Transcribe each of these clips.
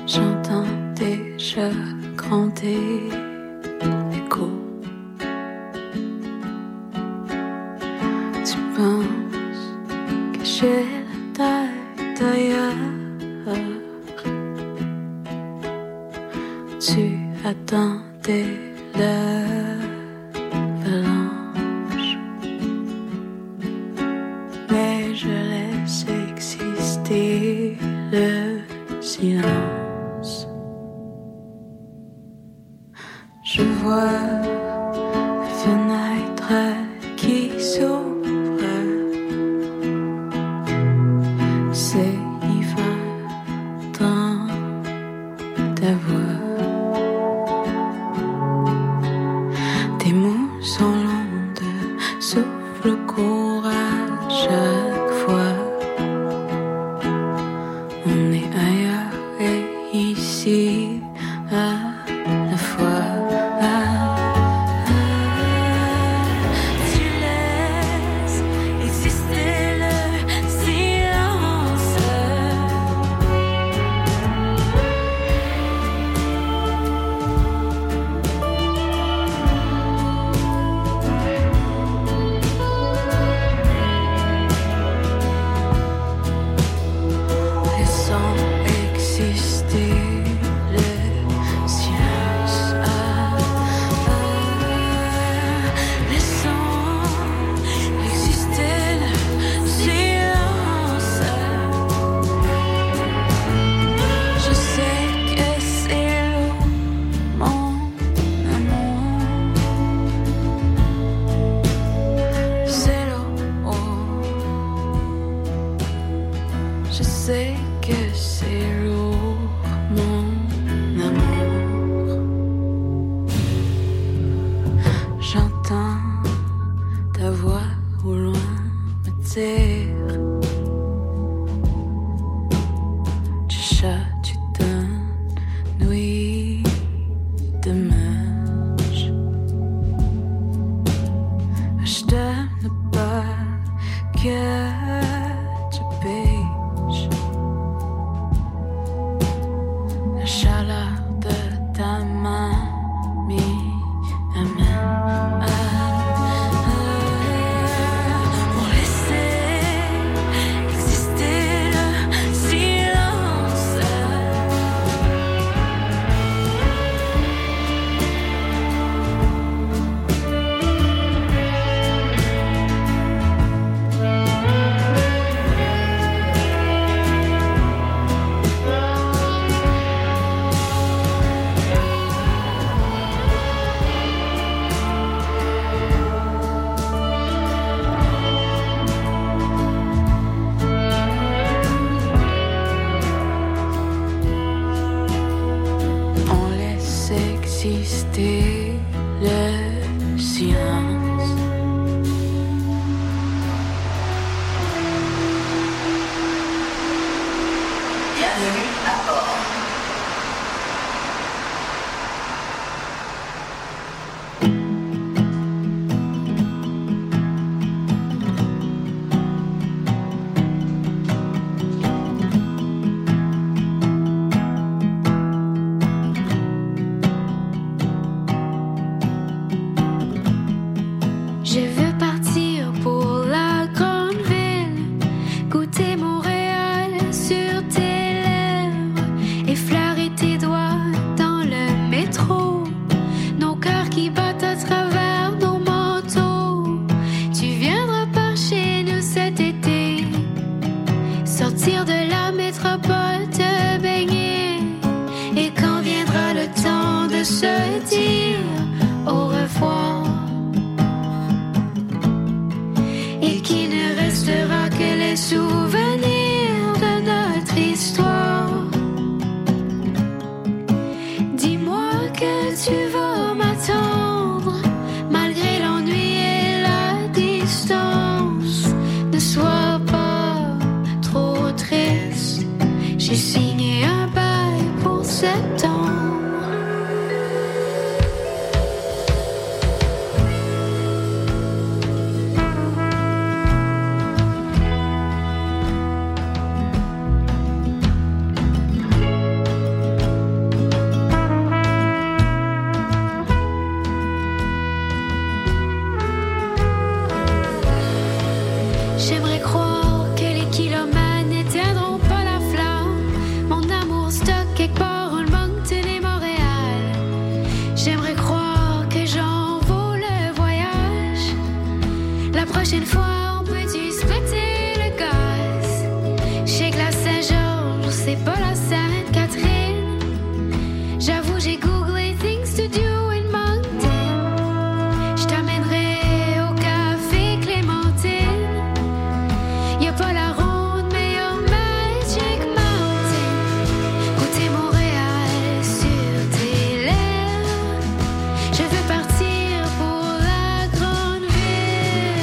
J'entends déjà gronder l'écho. Tu penses que j'ai la tête ailleurs. Tu attendais l'avalanche, mais je laisse exister le silence. Je vois la fenêtre qui s'ouvre. C'est l'hiver dans ta voix. Tes mots sont longs de souffle court à chaque fois. On est ailleurs et ici à la fois. Tu laisses exister le silence. Laissons exister le silence. Laissons exister le silence. Je sais que c'est lourd, mon amour. C'est lourd. Je sais que c'est lourd, mon amour. J'entends ta voix au loin me dire: tu chats, tu donnes nuit de match. Je t'aime pas que tu pêches. La chaleur de ta main m'y amène pour laisser exister le silence. On laisse exister le silence. Bienvenue à bord. Je veux partir pour la grande ville, goûter Montréal sur tes lèvres, effleurer tes doigts dans le métro, nos cœurs qui battent à travers nos manteaux. Tu viendras par chez nous cet été, sortir de la métropole, te baigner, et quand viendra le temps de se dire au revoir, et qui ne restera que les souvenirs de notre histoire. Dis-moi que tu vas m'attendre, malgré l'ennui et la distance. Ne sois pas trop triste, j'ai signé un bail pour septembre. c'est pas la Sainte-Catherine. J'avoue, j'ai googlé things to do in Moncton. Je t'amènerai au café Clémentine. Y'a pas la ronde, mais y'a Magic Mountain. Goûter Montréal sur tes lèvres. Je veux partir pour la grande ville.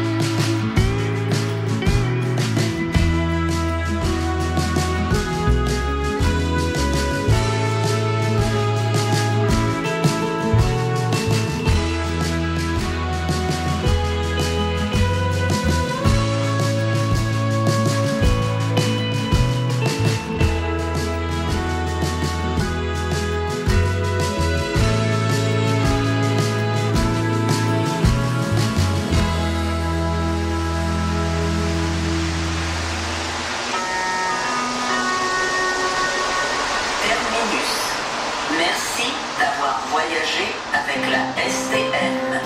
Terminus. Merci d'avoir voyagé avec la STM.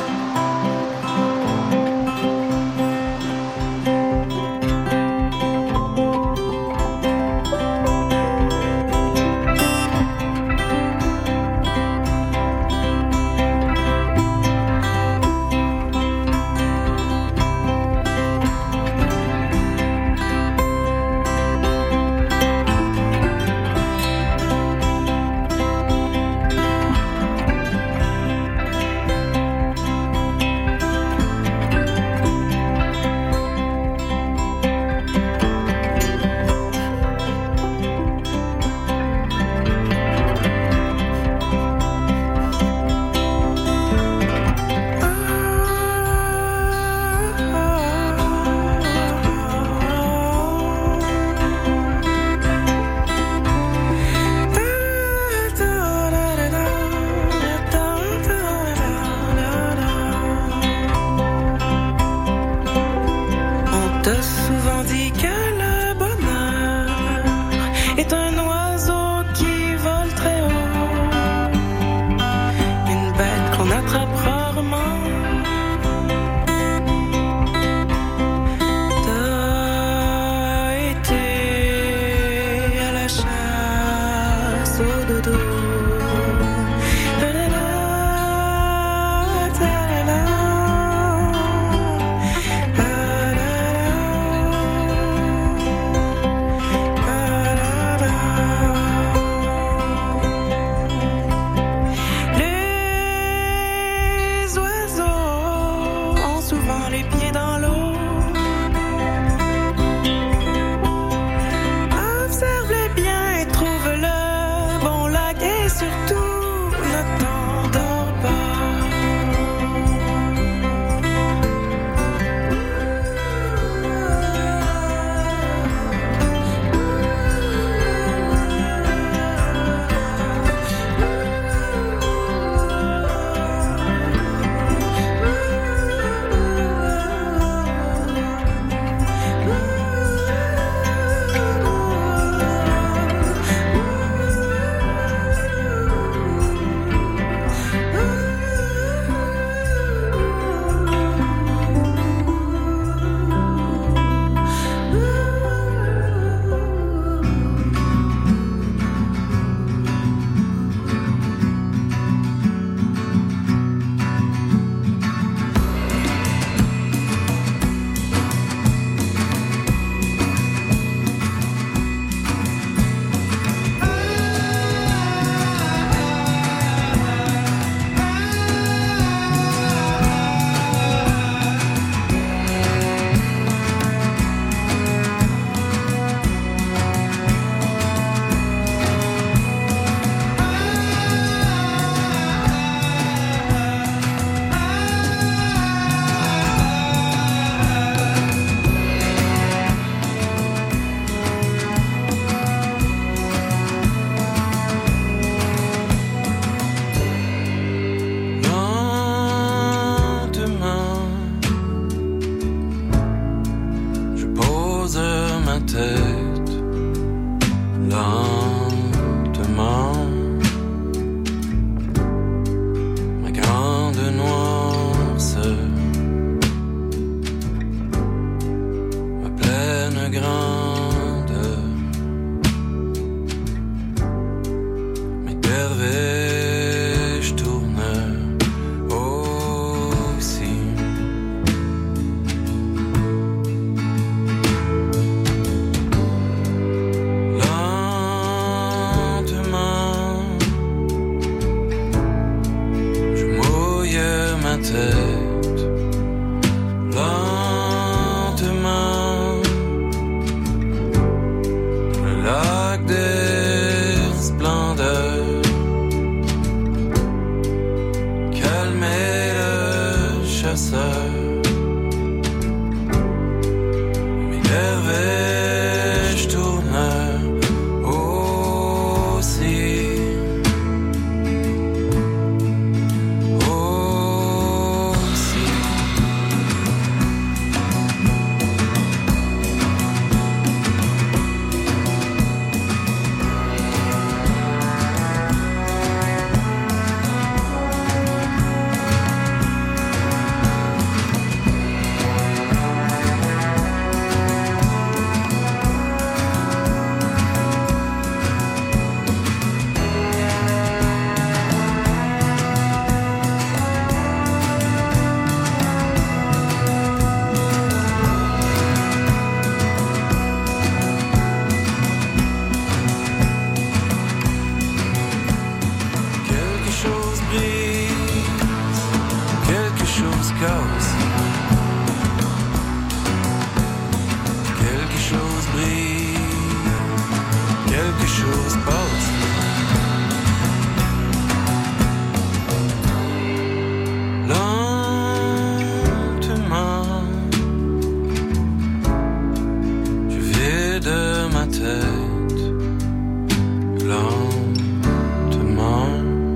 choose both. Lentement, je vide ma tête. Lentement.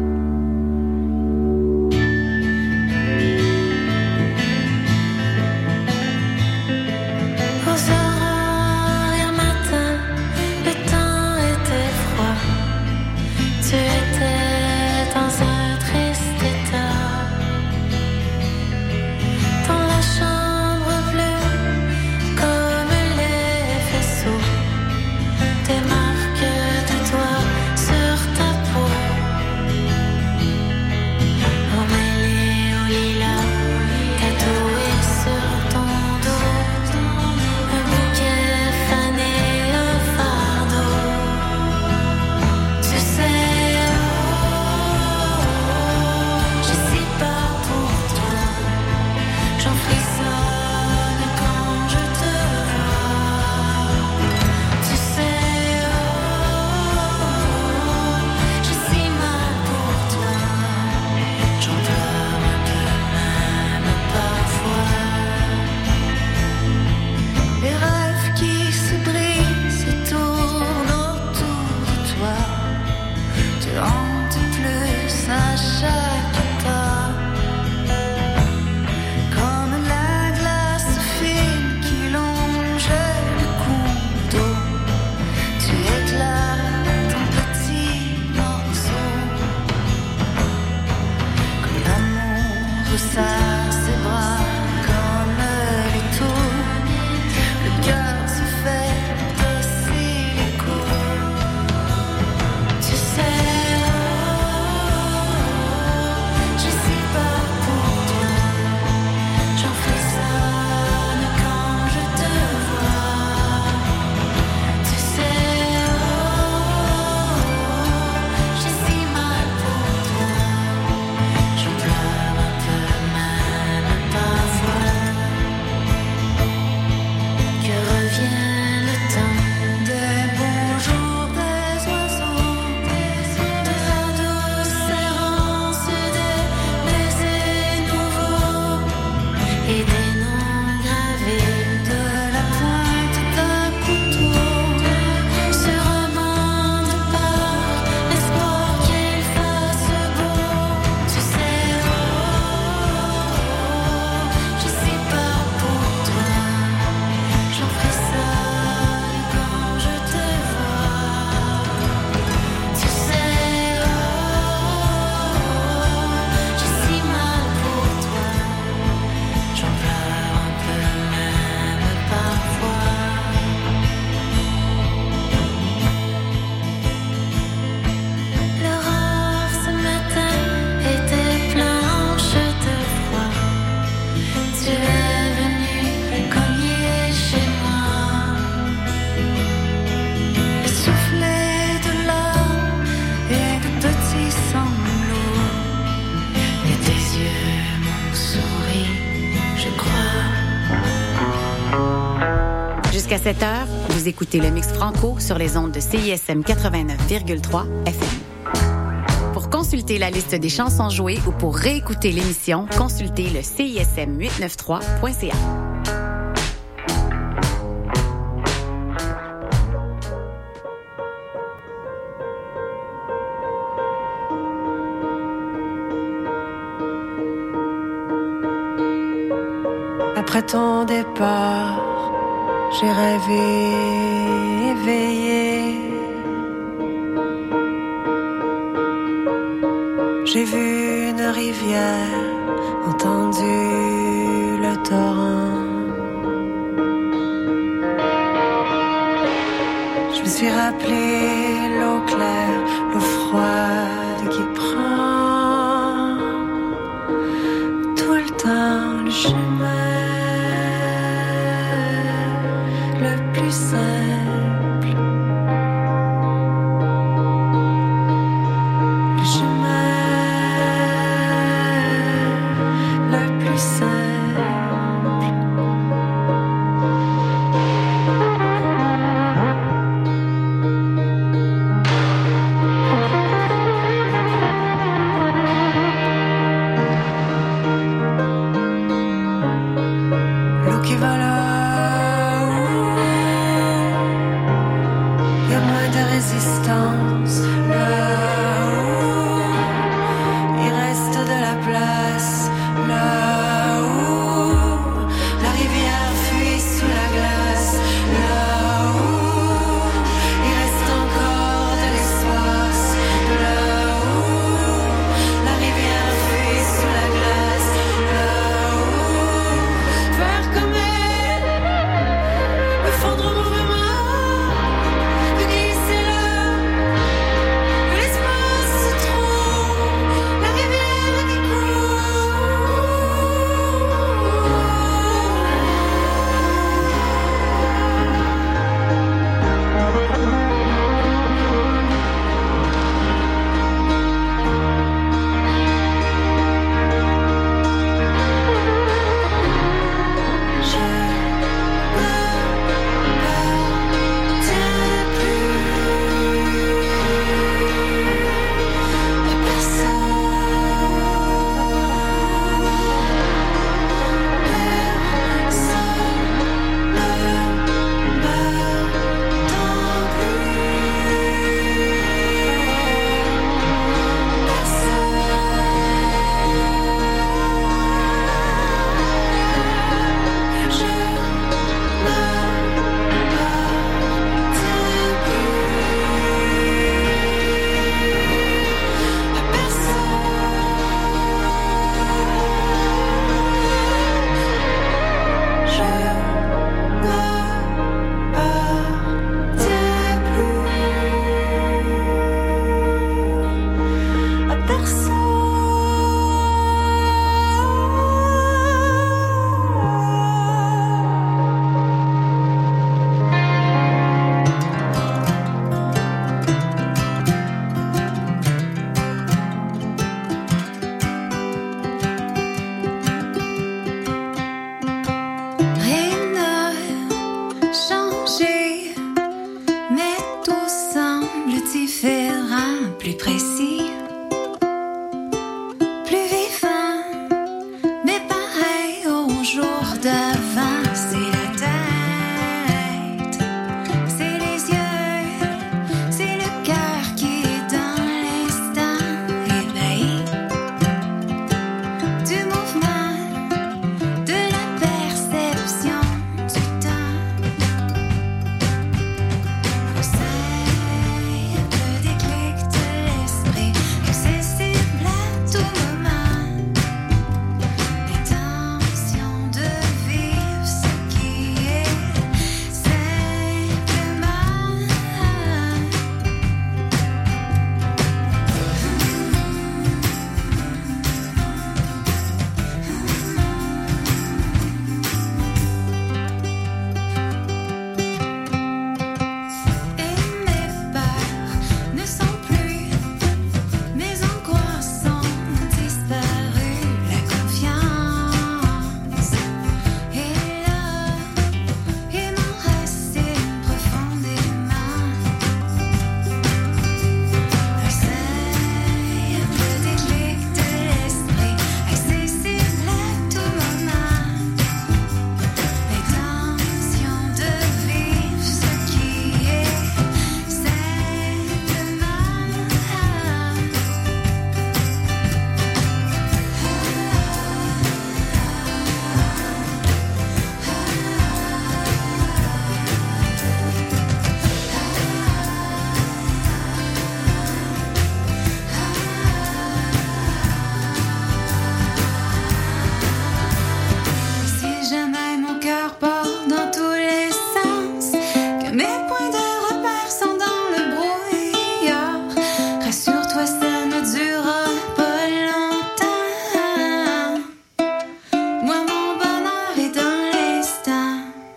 Jusqu'à 7h, vous écoutez le Mix Franco sur les ondes de CISM 89,3 FM. Pour consulter la liste des chansons jouées ou pour réécouter l'émission, consultez le CISM893.ca. Après ton départ, j'ai rêvé éveillé. J'ai vu une rivière, entendu le torrent. Je me suis rappelé l'eau claire, l'eau froide qui prend tout le temps le chemin le plus simple, le chemin le plus simple. plus précis, plus vivant, mais pareil au jour d'avant. C'est la tête, c'est les yeux, c'est le cœur qui est dans l'instant ébahi du mouvement, de la perception du temps. Simple déclic de l'esprit, accessible à tout moment. L'intention de vivre ce qui est simplement. Et mes peurs ne sont plus, mes angoisses ont disparu. La confiance est là et m'enracine profondément. Un simple déclic de l'esprit, accessible à tout moment. L'intention de vivre ce qui est simplement. Si jamais mon cœur part dans tous les sens, que mes points de repère sont dans le brouillard, rassure-toi, ça ne durera pas longtemps. Moi, mon bonheur est dans l'instant.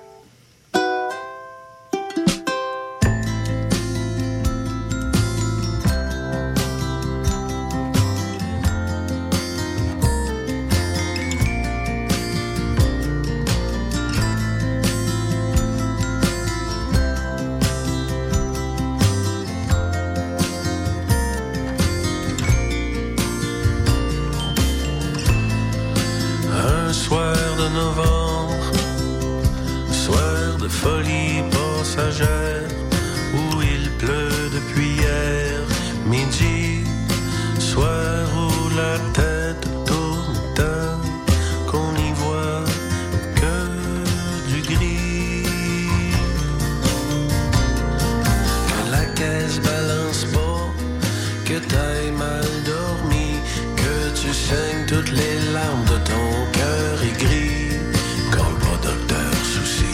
Un soir de novembre, soir de folie passagère, où il pleut depuis hier midi, soir où la tête tourne tant qu'on n'y voit que du gris. Que la caisse balance pas, que t'ailles mal dormi, que tu saignes toutes les larmes de ton cœur aigri. Call pas docteur souci.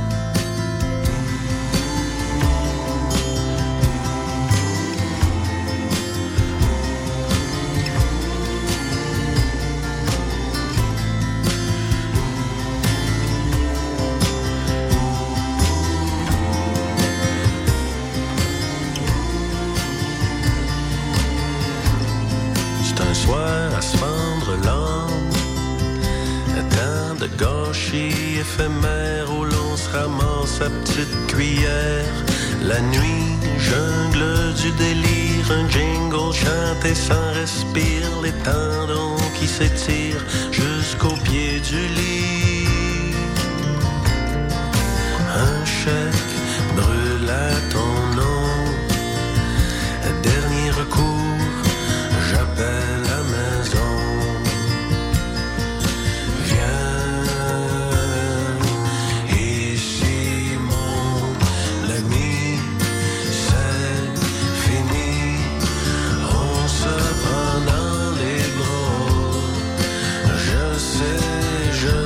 C'est un soir à se fendre l'âme, un temps de gâchis éphémère où l'on se ramasse à petite cuillère. La nuit, jungle du délire, un jingle chanté sans respire, les tendons qui s'étirent jusqu'au pied du lit. Un chèque brûle à ton nom, dernier recours, j'appelle la maison. Viens ici mon ami, c'est fini, on se prend dans les bras. Je sais, je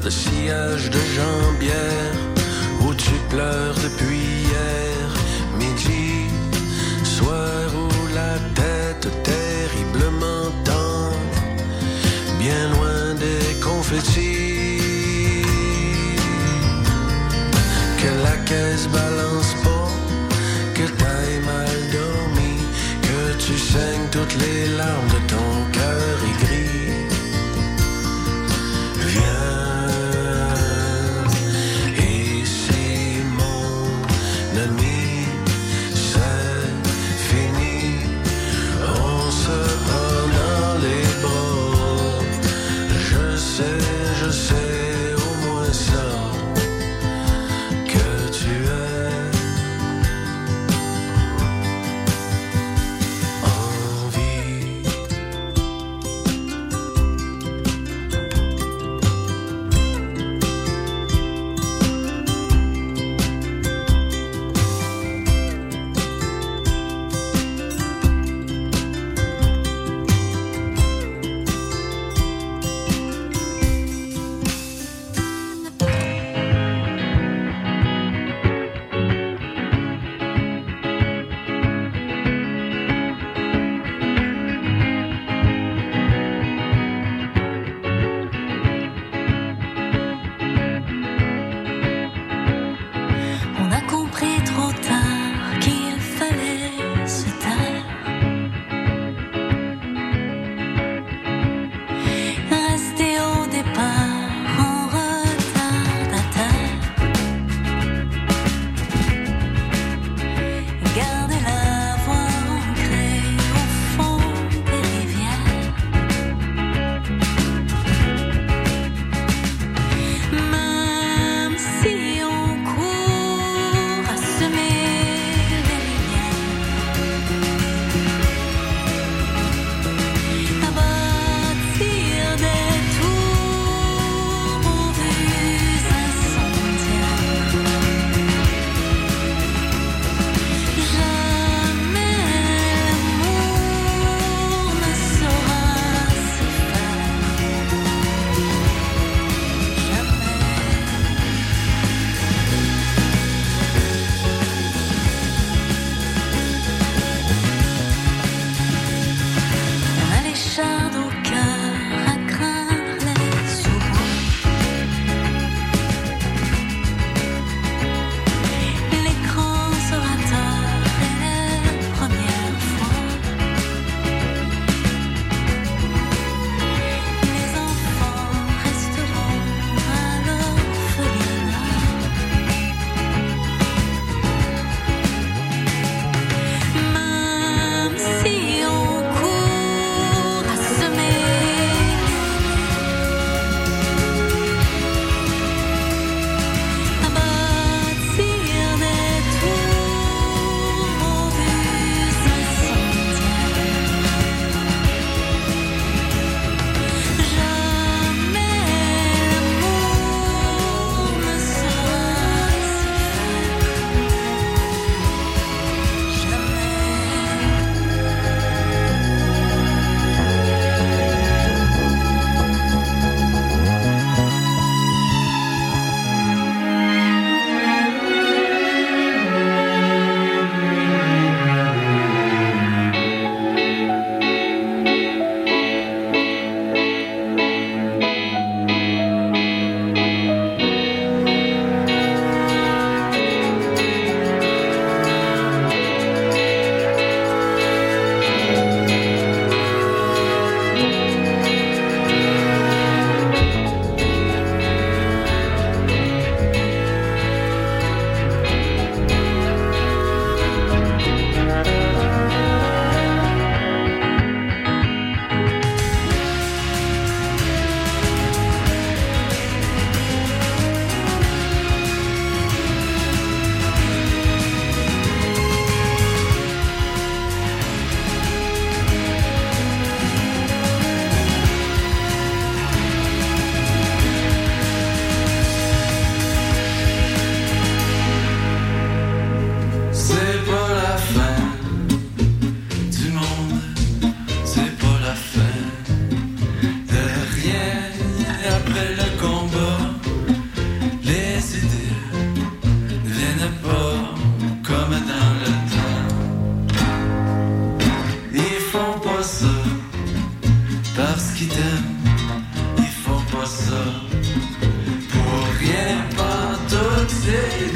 de sillage de jambière où tu pleures depuis hier midi, soir où la tête terriblement tendre, bien loin des confettis, que la caisse balance pas, que t'ailles mal dormi, que tu saignes toutes les larmes de ton cœur aigri. Viens, et c'est mon ami, c'est fini, on se prend dans les bras. Je sais au moins ça, que tu es en vie.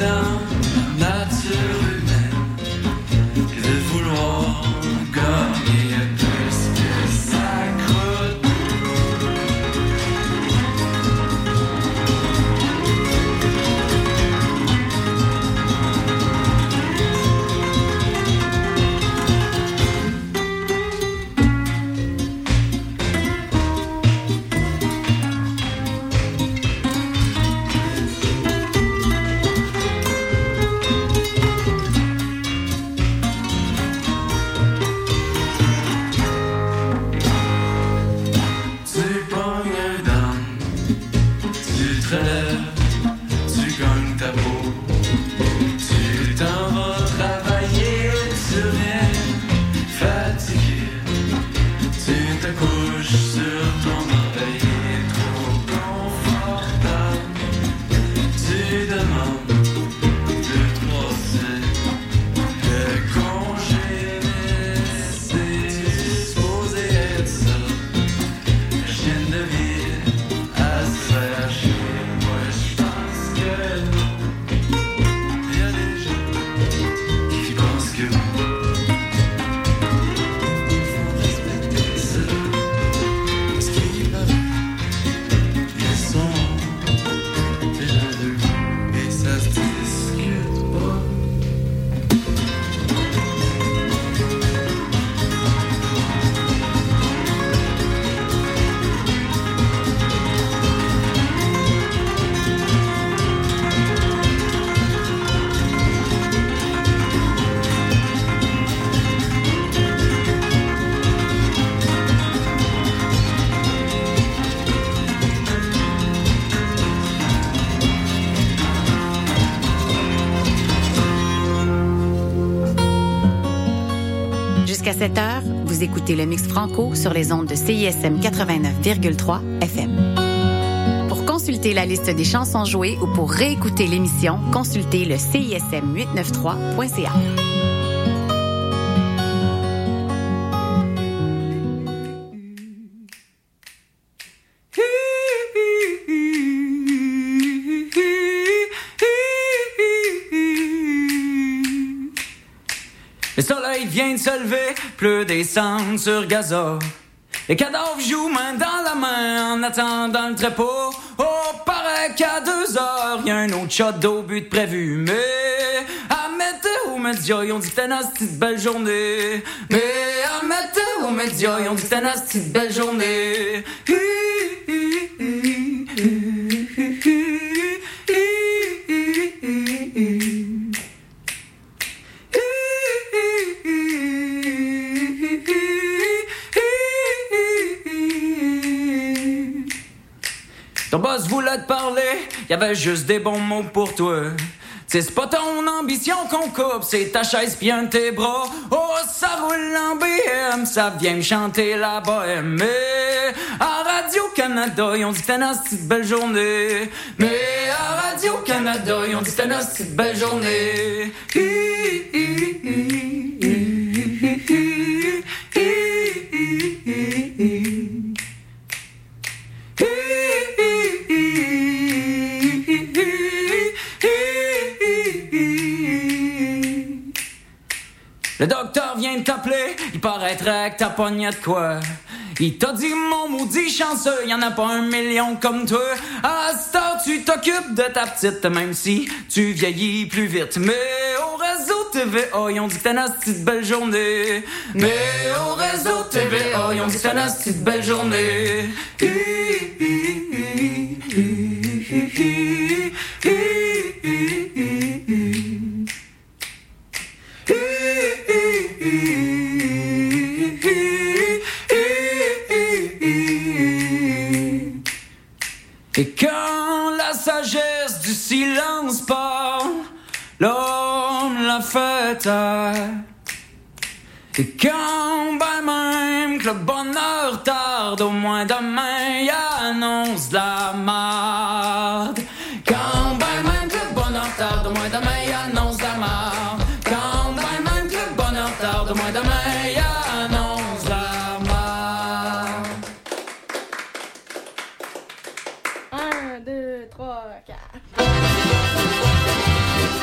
dans la nature humaine que de vouloir gagner plus que ça croûte. Jusqu'à 7 heures, vous écoutez le Mix Franco sur les ondes de CISM 89,3 FM. Pour consulter la liste des chansons jouées ou pour réécouter l'émission, consultez le CISM893.ca. Le soleil vient de se lever, pleut des cendres sur Gaza. Les cadavres jouent main dans la main en attendant le trépeau. Oh, paraît qu'à 2 heures, y'a un autre shot d'eau but prévu. Mais à météo média, ils ont dit que c'était une petite belle journée. Mais à météo média, ils ont dit que c'était une petite belle journée. Ton boss voulait te parler, y'avait juste des bons mots pour toi. C'est pas ton ambition qu'on coupe, c'est ta chaise pis un de tes bras. Oh, ça roule en BM, ça vient me chanter la bohème. Mais à Radio-Canada, ils ont dit que c'était une petite belle journée. Mais à Radio-Canada, ils ont dit que c'était une petite belle journée. Le docteur vient de t'appeler, il paraîtrait que t'as pogné de quoi. Il t'a dit mon maudit chanceux, y'en a pas 1 million comme toi. À cette heure tu t'occupes de ta petite, même si tu vieillis plus vite. Mais au réseau TVA, ils ont dit que t'as une petite belle journée. Mais au réseau TVA, ils ont dit que t'as une petite belle journée. Et quand la sagesse du silence parle, l'homme la fait taire. Et quand ben même que le bonheur tarde, au moins demain y annonce de la marde. Quand ben même que le bonheur tarde, au moins demain y annonce de la marde. Quand ben même que le bonheur tarde, au moins demain y annonce de la marde. 1, 2, 3, 4.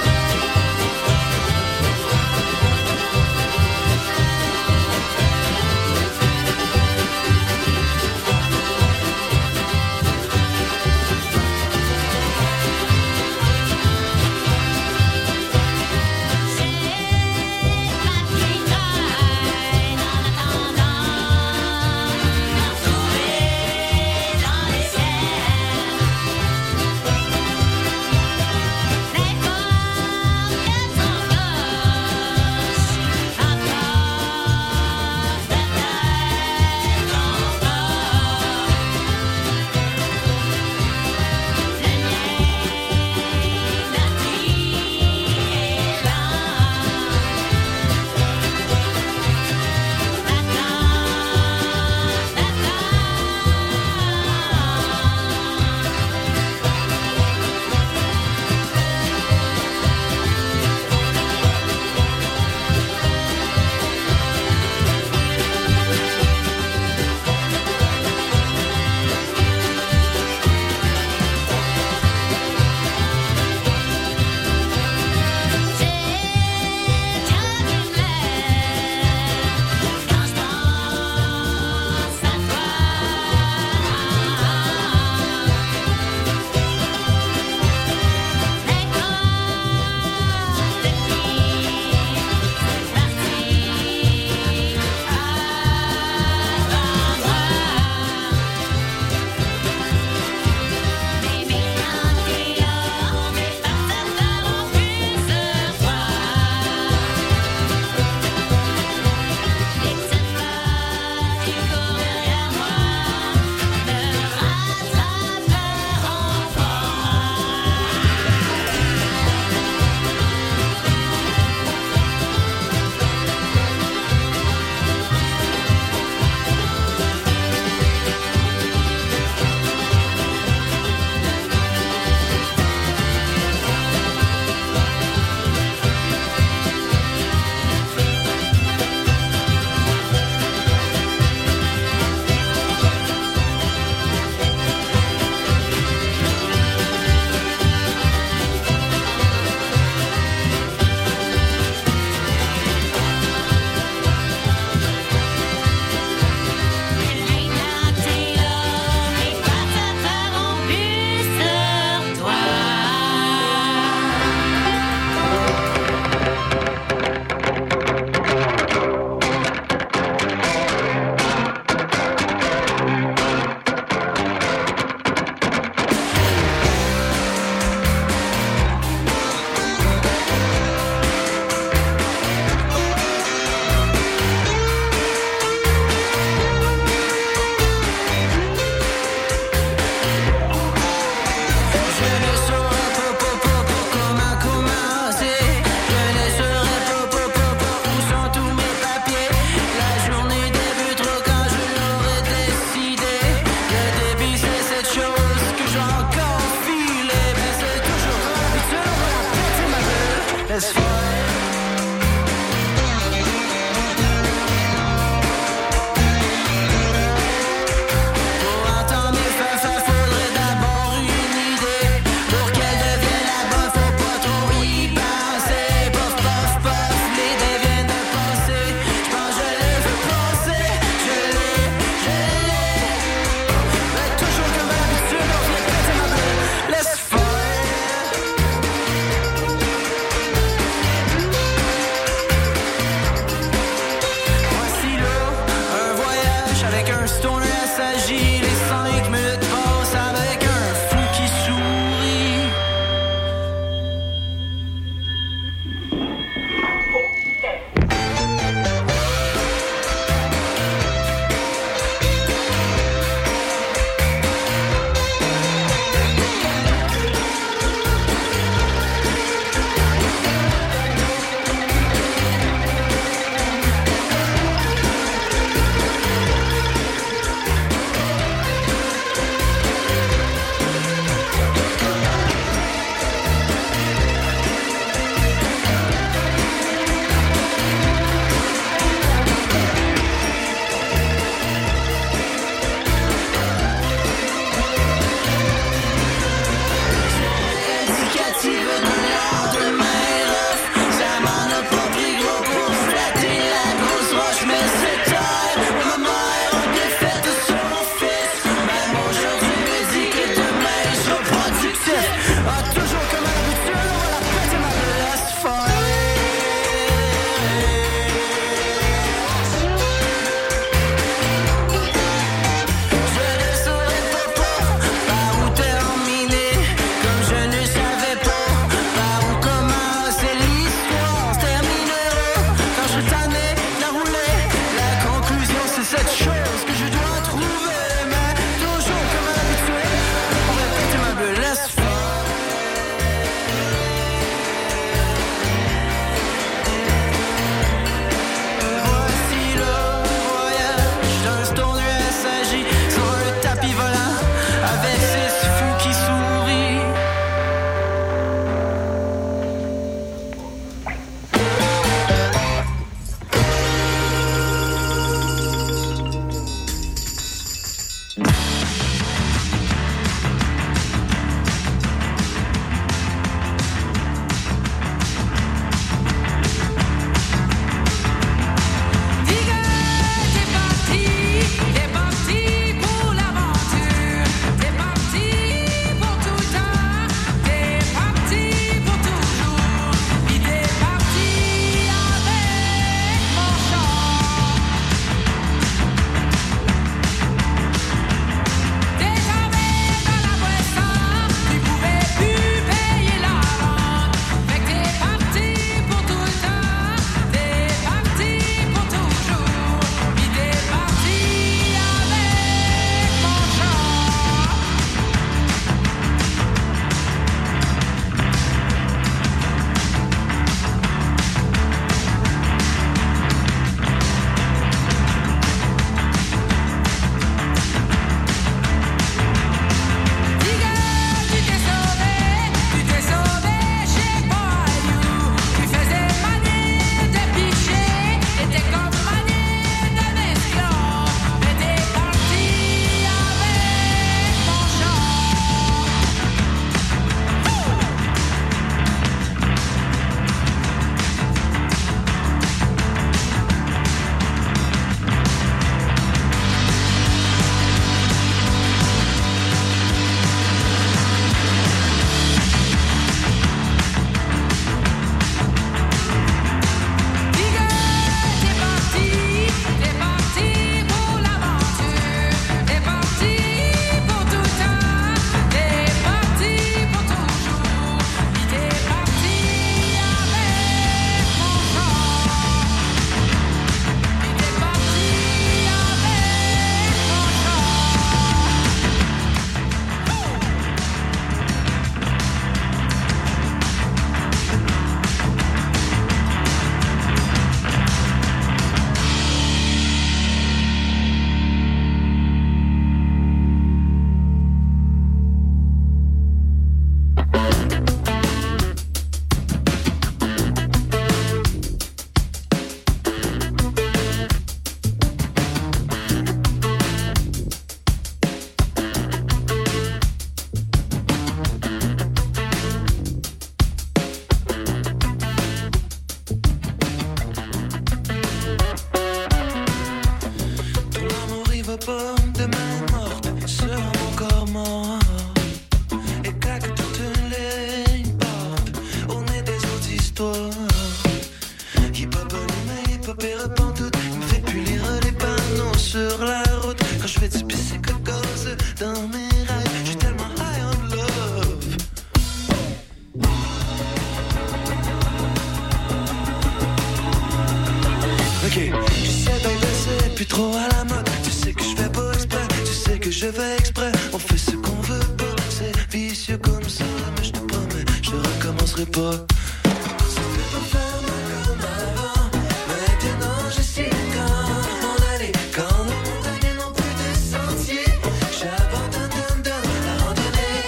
trop à la mode. Tu sais que je fais pas exprès, tu sais que je fais exprès. On fait ce qu'on veut pas, c'est vicieux comme ça. Mais je te promets, je recommencerai pas. Ça fait pas faire mal comme avant. Maintenant je sais quand m'en aller. Quand nos montagnes n'ont plus de sentier, j'abandonne la randonnée.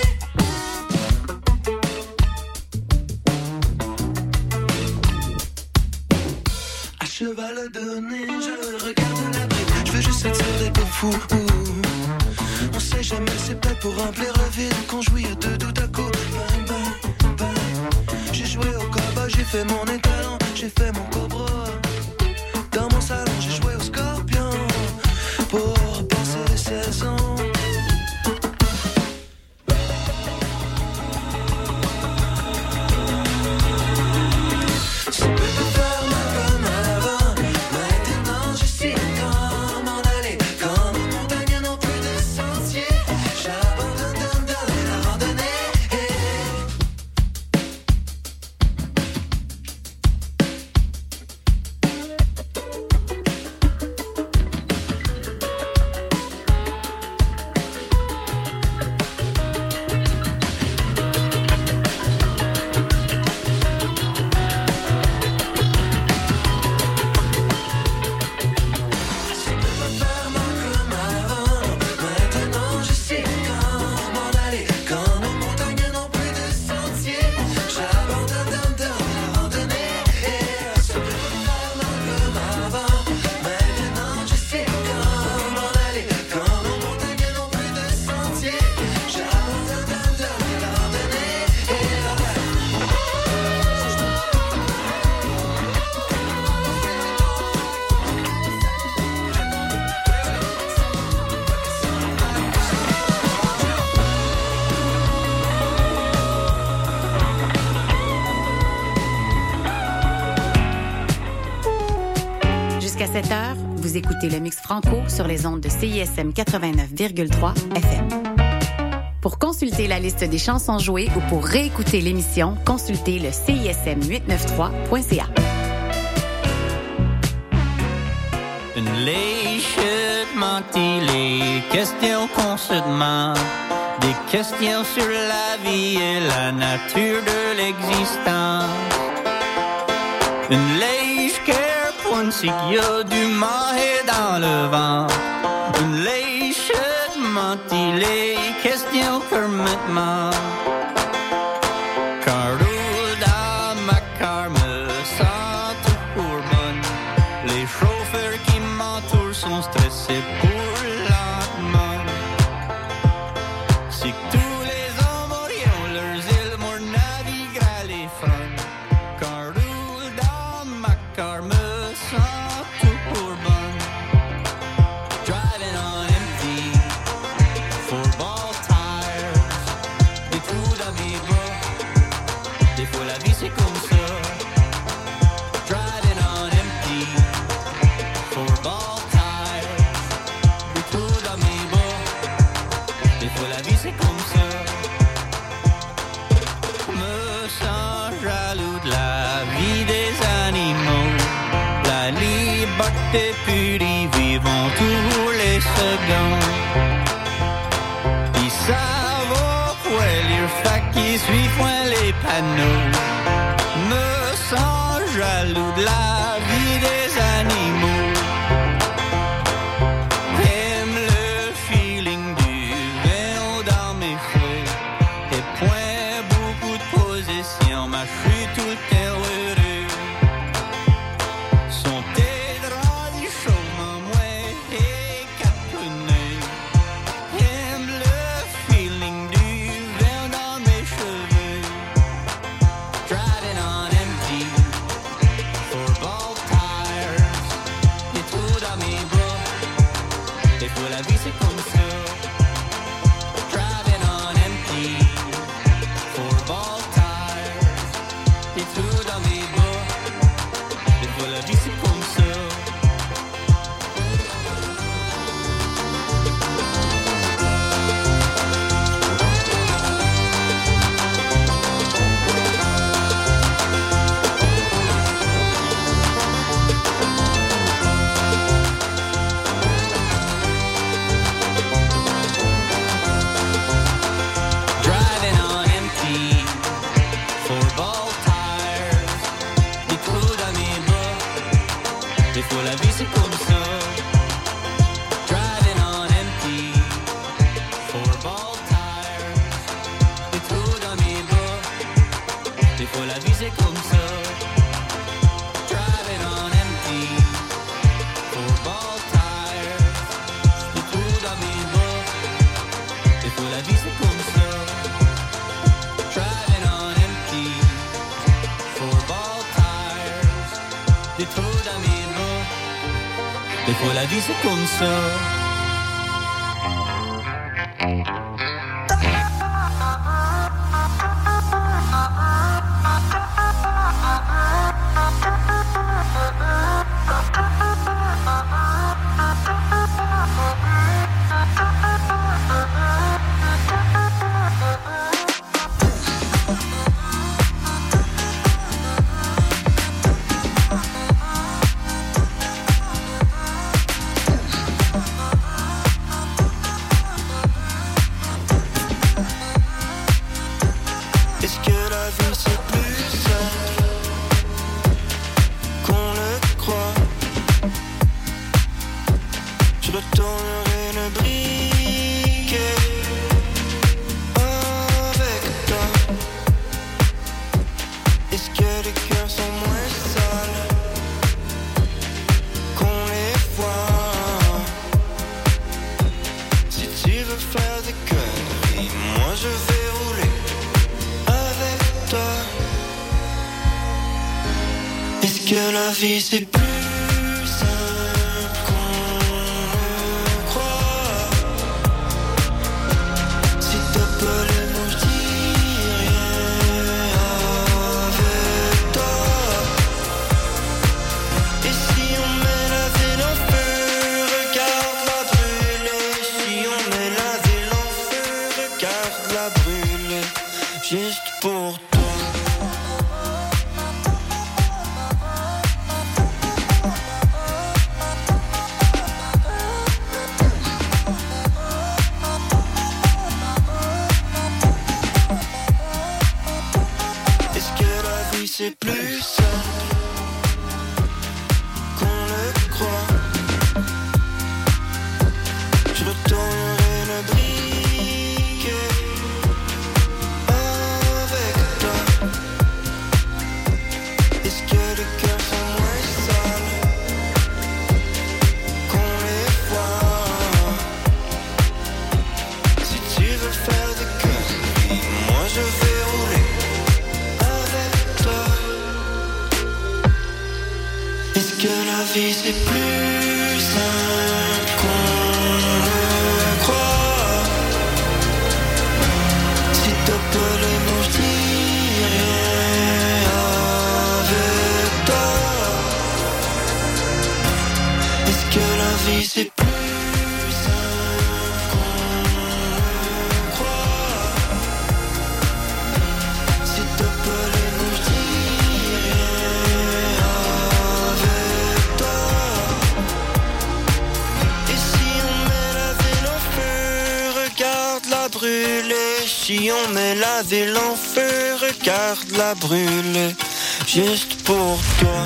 À cheval donné, je regarde la brique. Je veux juste attirer pour fou. On sait jamais, c'est peut-être pour remplir le vide qu'on jouit à deux tout à coup. Bang, bang, bang. J'ai joué au cowboy, j'ai fait mon étalon, j'ai fait mon cobra. Dans mon salon, j'ai joué au scorpion pour passer les saisons. Ça peut pas faire mal comme avant. Maintenant je sais quand m'en aller. Quand nos montagnes n'ont plus de sentier, j'abandonne la randonnée. Ça peut pas faire mal comme avant. Maintenant je sais quand m'en aller. Quand nos montagnes n'ont plus de sentier, j'abandonne la randonnée. Ça peut pas faire mal comme avant. Maintenant je sais quand m'en aller. Quand nos montagnes n'ont plus de sentier, j'abandonne la randonnée. Jusqu'à 7 heures, vous écoutez le Mix Franco sur les ondes de CISM 89,3 FM. Pour consulter la liste des chansons jouées ou pour réécouter l'émission, consultez le CISM893.ca. Une léchette mentie, les questions qu'on se demande, des questions sur la vie et la nature de l'existence. Une lèche care pointe qu'il y a du marais dans le vent. Une léchette mentie, les questions que maintenant. Quand roule dans ma car me sent toujours bonne. Les chauffeurs qui m'entourent sont stressés pour lentement. C'est que tous les hommes ont leurs îles, moi naviguera les fun. Quand roule dans ma car me sent toujours bonne. Driving on empty, 4-ball tires, des trous dans mes bras. Des fois la vie c'est comme ça. Driving on empty, 4-ball tires, des trous dans mes bras. Des fois la vie c'est comme ça. Me sens jaloux de la vie des animaux. La liberté pure, vivons tous les secondes. Ils savent où lire, fait qu'ils suivent moins les panneaux. Me sens jaloux de la vie des animaux. Aime le feeling du vin dans mes feuilles. Et point beaucoup de possession, ma chute tout le temps heureux. Sont tes draps du chauffement, moi et quatre pneus. Aime le feeling du vin dans mes cheveux. Driving on empty, 4-ball fois la vie c'est comme ça. Driving on empty, four ball tires, des trous dans mes bras. Des fois la vie c'est comme ça. Driving on empty, four ball tires, des trous dans mes bras. Des fois la vie c'est comme ça. La vie c'est plus simple qu'on le croit. Si t'as pas les mots, je dis rien avec toi. Et si on met la ville en feu, regarde-la brûler. Si on met la ville en feu, regarde-la brûler. Juste pour toi. C'est plus simple qu'on le croit. Je retournerai le briquet avec toi. Est-ce que les cœurs sont moins sales qu'on les voit? Si tu veux faire des conneries, moi je vais rouler. Que la vie c'est plus simple qu'on le croit. Si t'as pas les mots, je dis rien avec toi. Est-ce que la vie c'est plus simple qu'on le croit? Si t'as pas les mots, je dis brûler. Si on met la ville en feu, regarde-la brûler. Juste pour toi.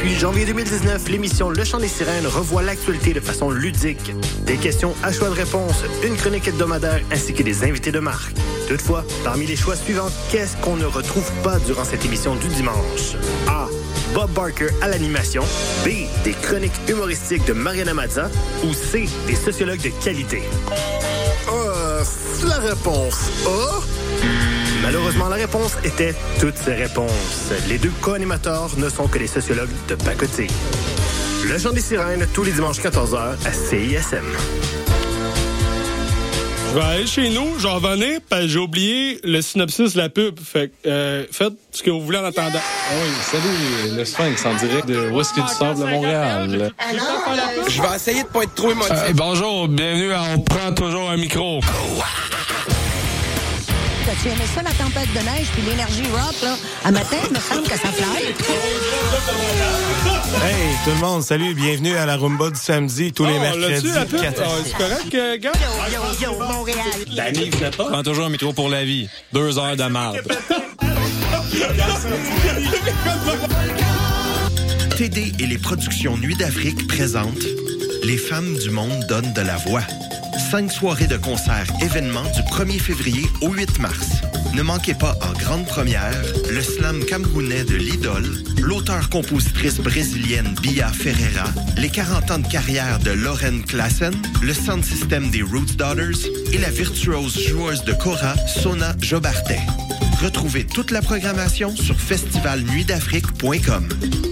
Depuis janvier 2019, l'émission Le Chant des Sirènes revoit l'actualité de façon ludique. Des questions à choix de réponse, une chronique hebdomadaire ainsi que des invités de marque. Toutefois, parmi les choix suivants, qu'est-ce qu'on ne retrouve pas durant cette émission du dimanche? A. Bob Barker à l'animation. B. Des chroniques humoristiques de Mariana Mazza. Ou C. Des sociologues de qualité. La réponse A. Malheureusement, la réponse était toutes ces réponses. Les deux co-animateurs ne sont que des sociologues de pacotille. Le Chant des Sirènes, tous les dimanches 14h à CISM. Je vais aller chez nous, je vais revenir, parce que j'ai oublié le synopsis de la pub. Fait que, faites ce que vous voulez en attendant. Oui, salut, le Sphinx en direct de Whisky du Sable de Montréal. Je vais essayer de pas être trop émotif. Bonjour, bienvenue à On prend toujours un micro. Tu aimais ça, la tempête de neige puis l'énergie rock, là? À matin, il me semble que ça fly. Hey, tout le monde, salut, bienvenue à la Rumba du samedi, tous les mercredis. C'est correct, gars? Yo, Montréal. La nuit, vous n'êtes pas? Prends toujours un micro pour la vie. 2 heures de marde. TD et les productions Nuit d'Afrique présentent Les femmes du monde donnent de la voix. 5 soirées de concerts événements du 1er février au 8 mars. Ne manquez pas en grande première le slam camerounais de l'Idole, l'auteure-compositrice brésilienne Bia Ferreira, les 40 ans de carrière de Lauren Klassen, le sound system des Roots Daughters et la virtuose joueuse de kora Sona Jobartet. Retrouvez toute la programmation sur festivalnuitdafrique.com.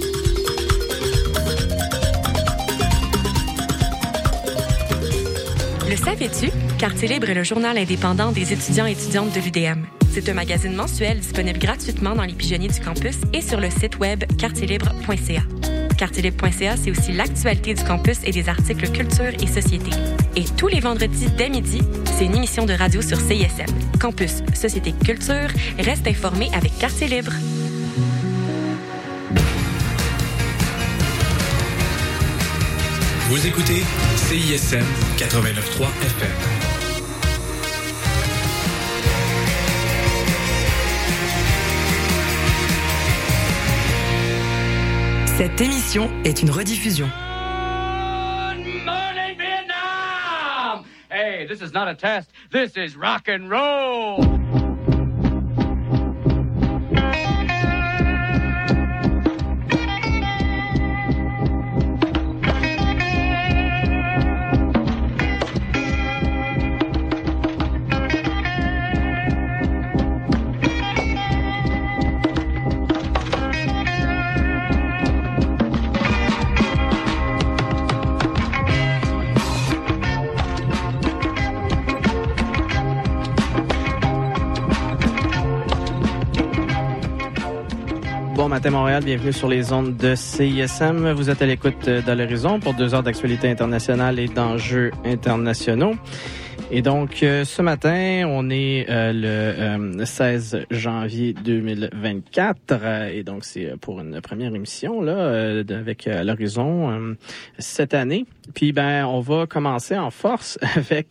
Le savais-tu? Quartier Libre est le journal indépendant des étudiants et étudiantes de l'UDM. C'est un magazine mensuel disponible gratuitement dans les pigeonniers du campus et sur le site web quartierlibre.ca. Quartierlibre.ca, c'est aussi l'actualité du campus et des articles culture et société. Et tous les vendredis dès midi, c'est une émission de radio sur CISM. Campus, société, culture, reste informé avec Quartier Libre. Vous écoutez CISM 89.3 FM. Cette émission est une rediffusion. Good morning, Vietnam! Hey, this is not a test. This is rock and roll. Bon matin Montréal, bienvenue sur les ondes de CISM. Vous êtes à l'écoute de l'Horizon pour 2 heures d'actualité internationale et d'enjeux internationaux. Et donc, ce matin, on est le 16 janvier 2024. Et donc, c'est pour une première émission là avec l'Horizon cette année. Puis, on va commencer en force avec